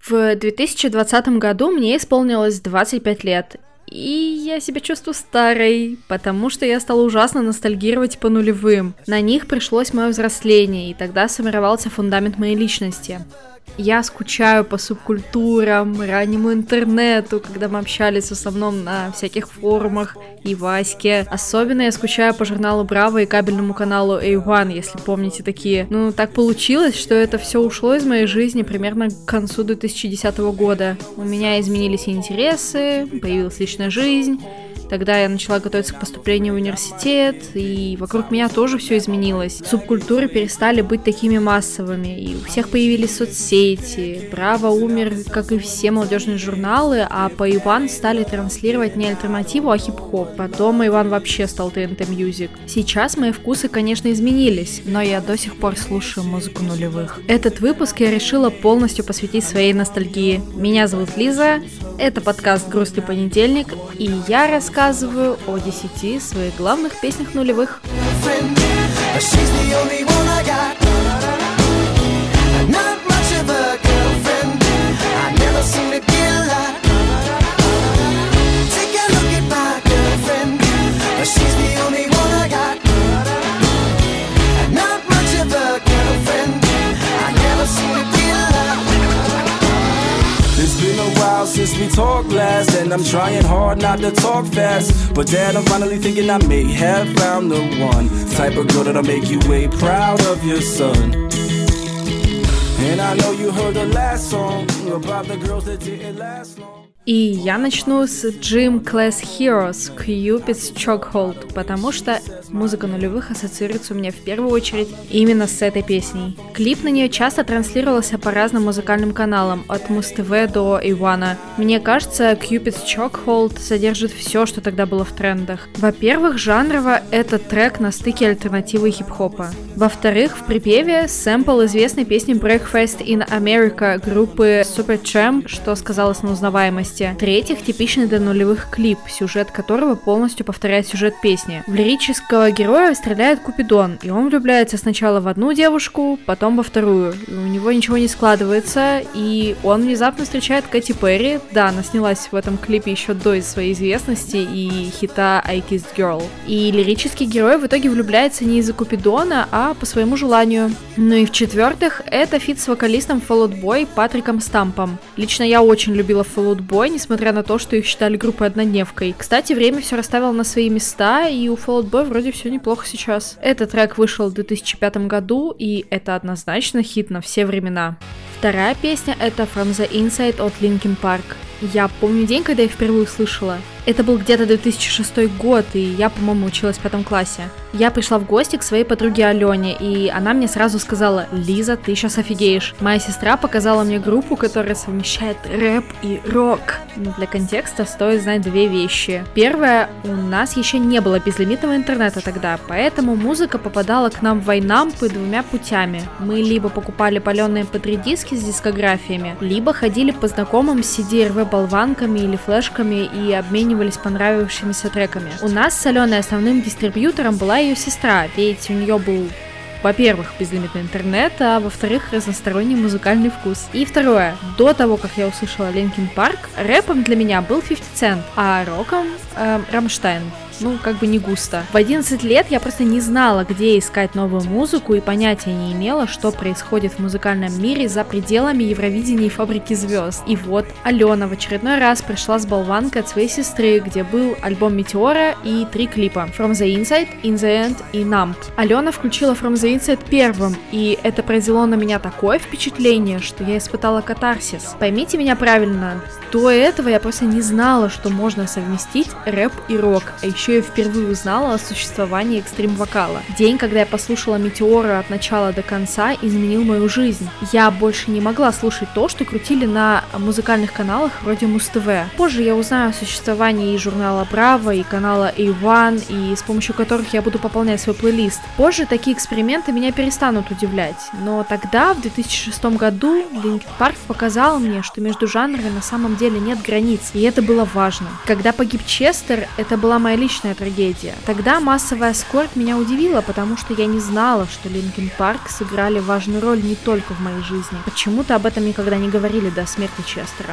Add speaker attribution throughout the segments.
Speaker 1: В 2020 году мне исполнилось 25 лет, и я себя чувствую старой, потому что я стала ужасно ностальгировать по нулевым. На них пришлось мое взросление, и тогда сформировался фундамент моей личности. Я скучаю по субкультурам, раннему интернету, когда мы общались в основном на всяких форумах и Ваське. Особенно я скучаю по журналу Браво и кабельному каналу A1, если помните такие. Ну, так получилось, что это все ушло из моей жизни примерно к концу 2010 года. У меня изменились интересы, появилась личная жизнь. Тогда я начала готовиться к поступлению в университет, и вокруг меня тоже все изменилось. Субкультуры перестали быть такими массовыми, и у всех появились соцсети. Браво умер, как и все молодежные журналы, а по Иван стали транслировать не альтернативу, а хип-хоп. Потом Иван вообще стал ТНТ Мьюзик. Сейчас мои вкусы, конечно, изменились, но я до сих пор слушаю музыку нулевых. Этот выпуск я решила полностью посвятить своей ностальгии. Меня зовут Лиза, это подкаст «Грустный понедельник», и я рассказываю о 10 своих главных песнях нулевых.
Speaker 2: Since we talked last, and I'm trying hard not to talk fast, but Dad, I'm finally thinking I may have found the one type of girl that'll make you way proud of your son. And I know you heard the last song about the girls that didn't last long.
Speaker 1: И я начну с Gym Class Heroes Cupid's Chokehold, потому что музыка нулевых ассоциируется у меня в первую очередь именно с этой песней. Клип на нее часто транслировался по разным музыкальным каналам, от Муз-ТВ до Ивана. Мне кажется, Cupid's Chokehold содержит все, что тогда было в трендах. Во-первых, жанрово этот трек на стыке альтернативы и хип-хопа. Во-вторых, в припеве сэмпл известной песни Breakfast in America группы Supertramp, что сказалось на узнаваемости. В-третьих, типичный для нулевых клип, сюжет которого полностью повторяет сюжет песни. В лирического героя стреляет Купидон, и он влюбляется сначала в одну девушку, потом во вторую. И у него ничего не складывается, и он внезапно встречает Кэти Перри. Да, она снялась в этом клипе еще до своей известности и хита I Kissed Girl. И лирический герой в итоге влюбляется не из-за Купидона, а по своему желанию. Ну и в-четвертых, это фит с вокалистом Fall Out Boy Патриком Стампом. Лично я очень любила Fall Out Boy, несмотря на то, что их считали группой однодневкой. Кстати, время все расставило на свои места, и у Fall Out Boy вроде все неплохо сейчас. Этот трек вышел в 2005 году, и это однозначно хит на все времена. Вторая песня — это From the Inside от Linkin Park. Я помню день, когда я впервые услышала. Это был где-то 2006 год, и я, по-моему, училась в 5 классе. Я пришла в гости к своей подруге Алене, и она мне сразу сказала: «Лиза, ты сейчас офигеешь». Моя сестра показала мне группу, которая совмещает рэп и рок. Для контекста стоит знать две вещи. Первое, у нас еще не было безлимитного интернета тогда, поэтому музыка попадала к нам в Вайнампы двумя путями. Мы либо покупали паленые MP3-диски с дискографиями, либо ходили по знакомым с CD-RV-болванками или флешками и обменивались понравившимися треками. У нас с Аленой основным дистрибьютором была ее сестра, ведь у нее был, во-первых, безлимитный интернет, а во-вторых, разносторонний музыкальный вкус. И второе, до того, как я услышала Linkin Park, рэпом для меня был 50 Cent, а роком Рамштайн. Ну, как бы не густо. В 11 лет я просто не знала, где искать новую музыку, и понятия не имела, что происходит в музыкальном мире за пределами Евровидения и Фабрики звезд. И вот Алена в очередной раз пришла с болванкой от своей сестры, где был альбом Метеора и 3 клипа: From the Inside, In the End и Numb. Алена включила From the Inside первым, и это произвело на меня такое впечатление, что я испытала катарсис. Поймите меня правильно, до этого я просто не знала, что можно совместить рэп и рок, а еще я впервые узнала о существовании экстрим-вокала. День, когда я послушала Метеора от начала до конца, изменил мою жизнь. Я больше не могла слушать то, что крутили на музыкальных каналах вроде Муз-ТВ. Позже я узнаю о существовании и журнала Браво, и канала A1, и с помощью которых я буду пополнять свой плейлист. Позже такие эксперименты меня перестанут удивлять. Но тогда, в 2006 году, Linkin Park показал мне, что между жанрами на самом деле нет границ, и это было важно. Когда погиб Честер, это была моя личная личная трагедия. Тогда массовая скорбь меня удивила, потому что я не знала, что Линкин Парк сыграли важную роль не только в моей жизни. Почему-то об этом никогда не говорили до смерти Честера.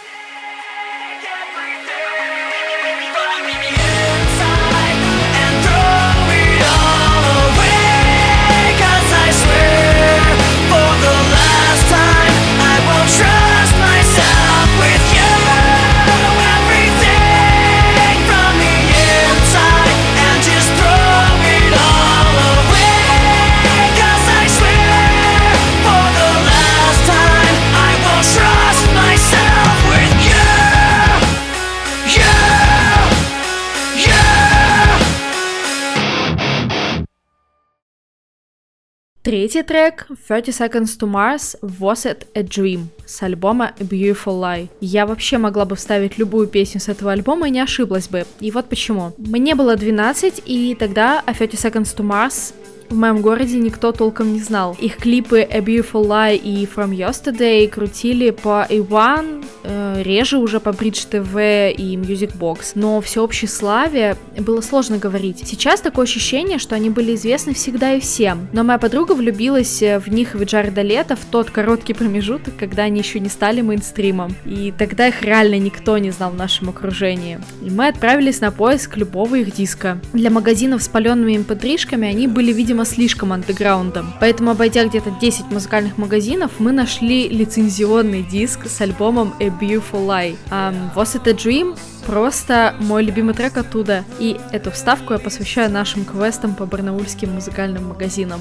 Speaker 1: Третий трек 30 Seconds to Mars Was It a Dream с альбома A Beautiful Lie. Я вообще могла бы вставить любую песню с этого альбома и не ошиблась бы. И вот почему. Мне было 12, и тогда о 30 Seconds to Mars в моем городе никто толком не знал. Их клипы A Beautiful Lie и From Yesterday крутили по A1, реже уже по Bridge TV и Music Box. Но в всеобщей славе было сложно говорить. Сейчас такое ощущение, что они были известны всегда и всем. Но моя подруга влюбилась в них в Джареда Лето в тот короткий промежуток, когда они еще не стали мейнстримом. И тогда их реально никто не знал в нашем окружении. И мы отправились на поиск любого их диска. Для магазинов с палеными mp3-шками они были, видимо, слишком андеграундом. Поэтому, обойдя где-то 10 музыкальных магазинов, мы нашли лицензионный диск с альбомом A Beautiful Lie. Was It a Dream? Просто мой любимый трек оттуда. И эту вставку я посвящаю нашим квестам по барнаульским музыкальным магазинам.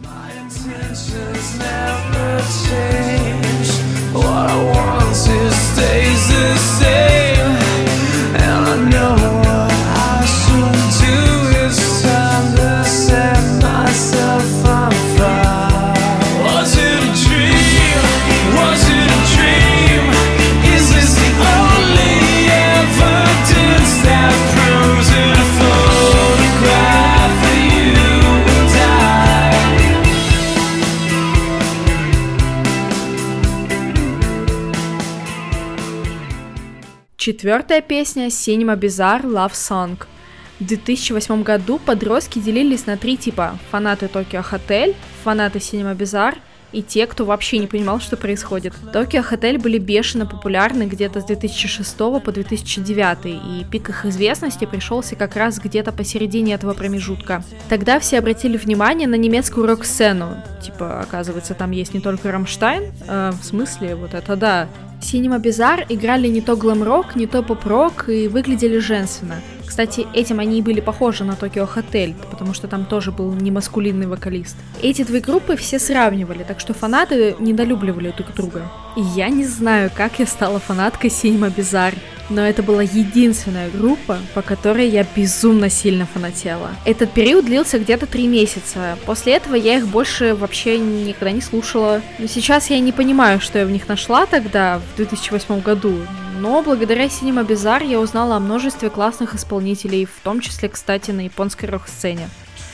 Speaker 1: Четвертая песня Cinema Bizarre Love Song. В 2008 году подростки делились на три типа: фанаты Tokyo Hotel, фанаты Cinema Bizarre и те, кто вообще не понимал, что происходит. Tokyo Hotel были бешено популярны где-то с 2006 по 2009, и пик их известности пришелся как раз где-то посередине этого промежутка. Тогда все обратили внимание на немецкую рок-сцену. Типа, оказывается, там есть не только Рамштайн, в смысле, вот это да. Cinema Bizarre играли не то глэм-рок, не то поп-рок и выглядели женственно. Кстати, этим они и были похожи на Tokyo Hotel, потому что там тоже был немаскулинный вокалист. Эти две группы все сравнивали, так что фанаты недолюбливали друг друга. И я не знаю, как я стала фанаткой Cinema Bizarre, но это была единственная группа, по которой я безумно сильно фанатела. Этот период длился где-то 3 месяца. После этого я их больше вообще никогда не слушала. Но сейчас я не понимаю, что я в них нашла тогда, в 2008 году. Но благодаря Cinema Bizarre я узнала о множестве классных исполнителей, в том числе, кстати, на японской рок-сцене.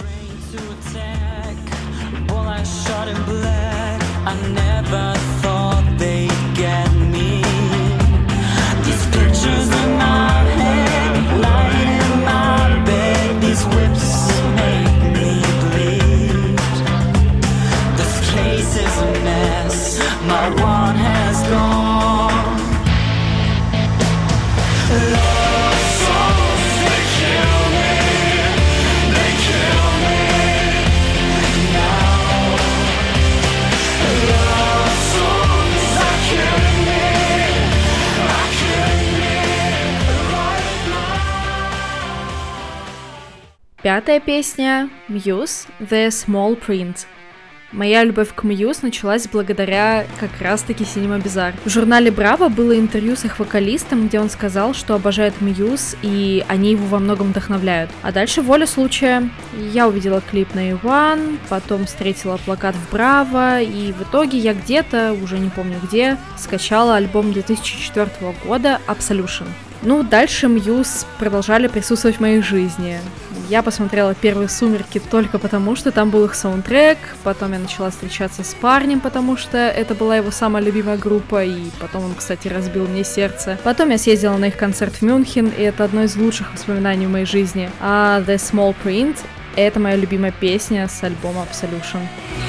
Speaker 1: Пятая песня Muse The Small Print. Моя любовь к Muse началась благодаря как раз-таки Cinema Bizarre. В журнале Bravo было интервью с их вокалистом, где он сказал, что обожает Muse, и они его во многом вдохновляют. А дальше, воля случая, я увидела клип на A1, потом встретила плакат в Bravo, и в итоге я где-то, уже не помню где, скачала альбом 2004 года Absolution. Ну, дальше Muse продолжали присутствовать в моей жизни. Я посмотрела первые «Сумерки» только потому, что там был их саундтрек, потом я начала встречаться с парнем, потому что это была его самая любимая группа, и потом он, кстати, разбил мне сердце. Потом я съездила на их концерт в Мюнхен, и это одно из лучших воспоминаний в моей жизни. А The Small Print — это моя любимая песня с альбома Absolution.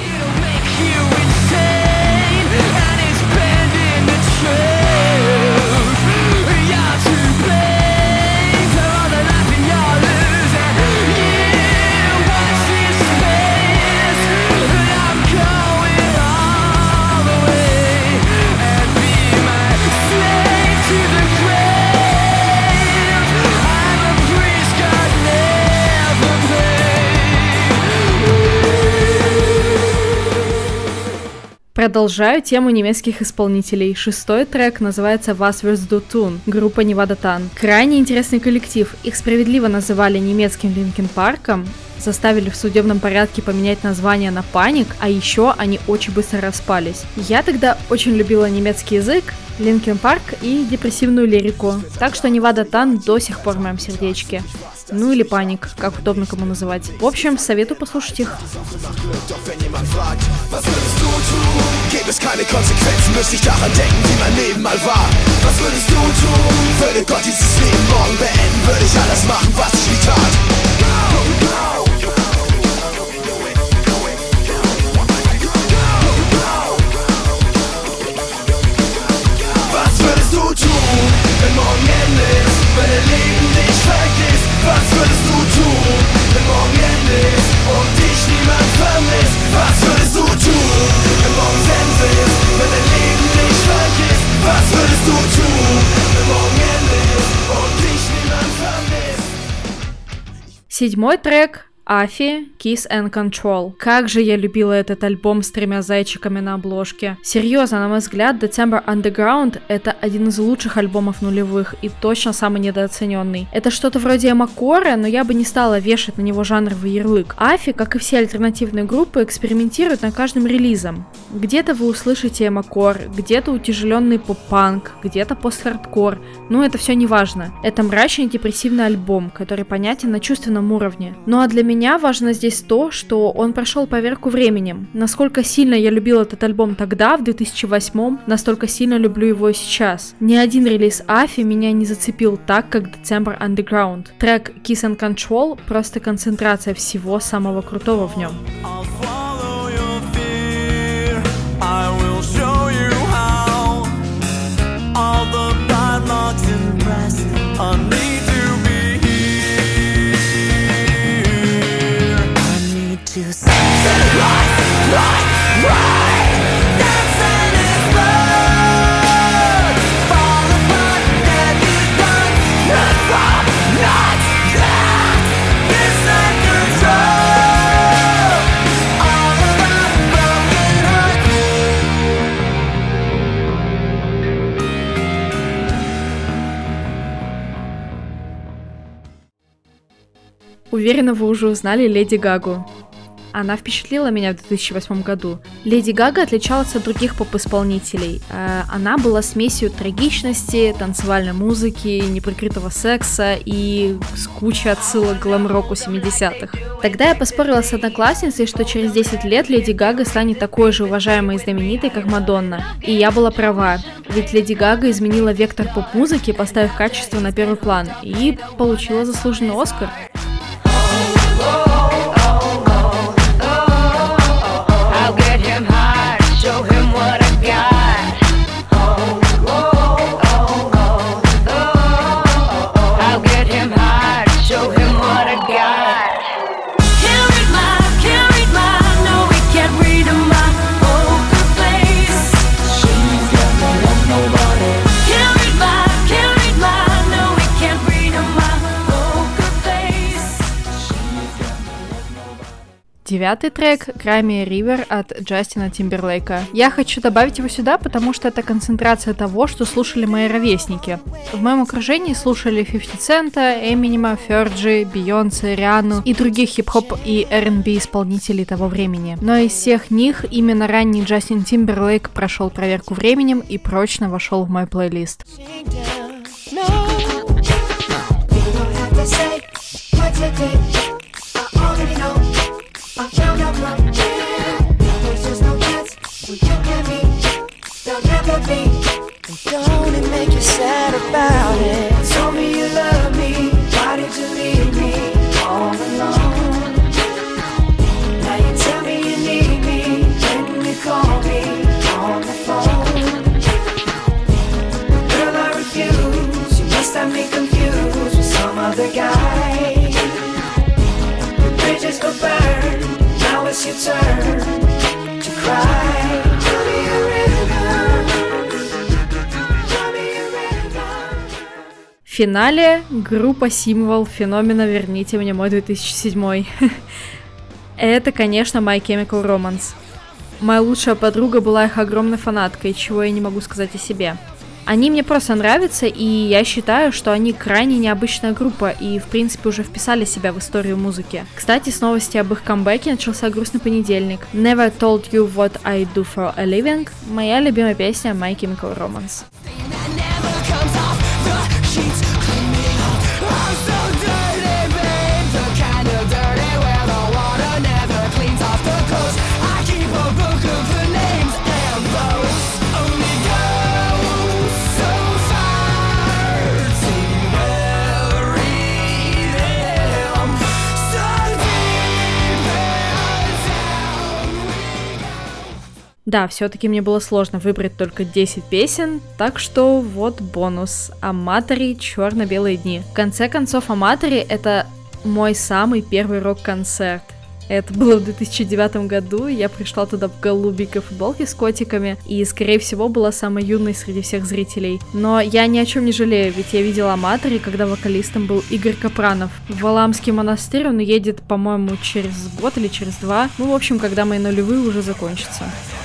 Speaker 1: Продолжаю тему немецких исполнителей. 6-й трек называется Was wirst du tun? Группа Nevada Tan. Крайне интересный коллектив. Их справедливо называли немецким Линкин Парком, заставили в судебном порядке поменять название на Panic, а еще они очень быстро распались. Я тогда очень любила немецкий язык, Линкин Парк и депрессивную лирику, так что Nevada Tan до сих пор в моем сердечке. Ну или Panic, как удобно кому называть. В общем, советую послушать их.
Speaker 3: Gäbe es keine Konsequenzen, müsste ich daran denken, wie mein Leben mal war. Was würdest du tun? Würde Gott dieses Leben morgen beenden, würde ich alles machen, was ich nie tat. Was würdest du tun, wenn morgen Ende ist, wenn dein Leben dich vergisst? Was würdest du tun, wenn morgen Ende ist und dich niemand vermisst? Was würdest du tun, wenn morgen Ende ist, wenn dein Leben dich vergisst? Was würdest du tun, wenn morgen Ende ist und dich niemand vermisst?
Speaker 1: 7-й трек Афи, Kiss and Control. Как же я любила этот альбом с 3 зайчиками на обложке. Серьезно, на мой взгляд, December Underground — это один из лучших альбомов нулевых и точно самый недооцененный. Это что-то вроде эмо-кора, но я бы не стала вешать на него жанровый ярлык. Афи, как и все альтернативные группы, экспериментируют на каждым релизом. Где-то вы услышите эмо-кор, где-то утяжеленный поп-панк, где-то пост-хардкор, но это все не важно. Это мрачный депрессивный альбом, который понятен на чувственном уровне. Ну а для меня важно здесь то, что он прошел поверку временем. Насколько сильно я любила этот альбом тогда, в 2008-м, настолько сильно люблю его и сейчас. Ни один релиз Афи меня не зацепил так, как December Underground. Трек Kiss and Control — просто концентрация всего самого крутого в нем. Уверена, вы уже узнали Леди Гагу. Она впечатлила меня в 2008 году. Леди Гага отличалась от других поп-исполнителей. Она была смесью трагичности, танцевальной музыки, неприкрытого секса и с кучей отсылок к глэм-року 70-х. Тогда я поспорила с одноклассницей, что через 10 лет Леди Гага станет такой же уважаемой и знаменитой, как Мадонна. И я была права, ведь Леди Гага изменила вектор поп-музыки, поставив качество на первый план, и получила заслуженный Оскар. Девятый трек «Cry Me a River» от Джастина Тимберлейка. Я хочу добавить его сюда, потому что это концентрация того, что слушали мои ровесники. В моем окружении слушали 50 Цента, Эминема, Ферджи, Бейонсе, Рианну и других хип-хоп и R&B исполнителей того времени. Но из всех них именно ранний Джастин Тимберлейк прошел проверку временем и прочно вошел в мой плейлист.
Speaker 4: to say, what you did, I already know. I found out my there's just no chance where you can be, there'll never be. And don't it make you sad about it? Told me you love me, why did you leave me all alone? Now you tell me you need me when you call me on the phone. Girl, I refuse, you must have me confused with some other guy. The bridges go burn, now it's your turn to cry. Tell me a rhythm, tell me a rhythm.
Speaker 1: В финале группа Символ феномена «Верните мне мой 2007». Это, конечно, My Chemical Romance. Моя лучшая подруга была их огромной фанаткой, чего я не могу сказать о себе. Они мне просто нравятся, и я считаю, что они крайне необычная группа и, в принципе, уже вписали себя в историю музыки. Кстати, с новости об их камбэке начался грустный понедельник. Never Told You What I Do For A Living — моя любимая песня My Chemical Romance. Да, все-таки мне было сложно выбрать только 10 песен, так что вот бонус. Аматори, черно-белые дни. В конце концов, Аматори — это мой самый первый рок-концерт. Это было в 2009 году, я пришла туда в голубенькой футболке с котиками и, скорее всего, была самой юной среди всех зрителей. Но я ни о чем не жалею, ведь я видела Аматори, когда вокалистом был Игорь Капранов. В Валаамский монастырь он едет, по-моему, через год или через 2. Ну, в общем, когда мои нулевые уже закончатся.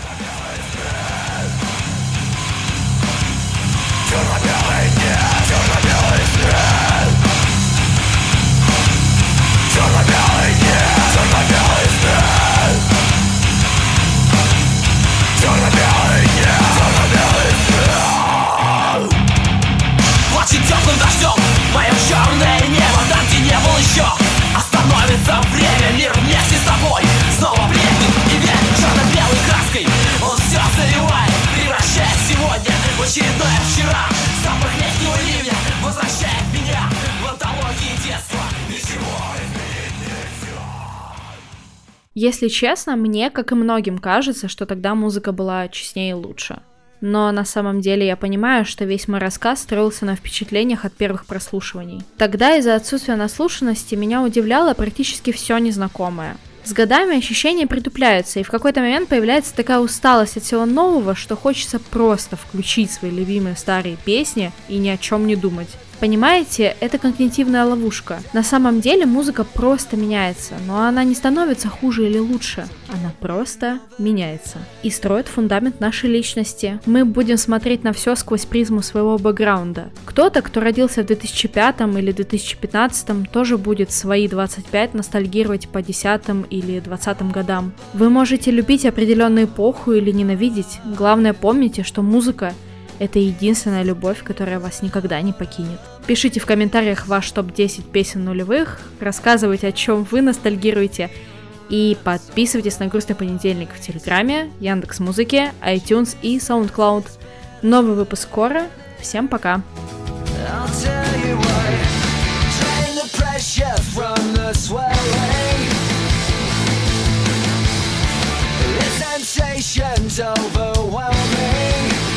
Speaker 3: Черно-белый день, черно-белый свет. Черно-белый день, черно-белый свет. Черно-белый день, черно-белый свет. Очень теплым дождем в моем черное небо, там, где не был еще. Остановится время, мир вместе с тобой снова бредит и верит черно-белой краской. Он все заливает, превращает сегодня в очередное вчера. Запах летнего ливня возвращает меня в антологии детства. Ничего изменить нельзя.
Speaker 1: Если честно, мне, как и многим, кажется, что тогда музыка была честнее и лучше. Но на самом деле я понимаю, что весь мой рассказ строился на впечатлениях от первых прослушиваний. Тогда из-за отсутствия наслушанности меня удивляло практически все незнакомое. С годами ощущения притупляются, и в какой-то момент появляется такая усталость от всего нового, что хочется просто включить свои любимые старые песни и ни о чем не думать. Понимаете, это когнитивная ловушка. На самом деле музыка просто меняется, но она не становится хуже или лучше. Она просто меняется и строит фундамент нашей личности. Мы будем смотреть на все сквозь призму своего бэкграунда. Кто-то, кто родился в 2005 или 2015, тоже будет свои 25 ностальгировать по 10 или 20 годам. Вы можете любить определенную эпоху или ненавидеть. Главное, помните, что музыка — это единственная любовь, которая вас никогда не покинет. Пишите в комментариях ваш топ-10 песен нулевых, рассказывайте, о чем вы ностальгируете, и подписывайтесь на Грустный понедельник в Телеграме, Яндекс.Музыке, iTunes и SoundCloud. Новый выпуск скоро. Всем пока!
Speaker 3: Sensations overwhelming.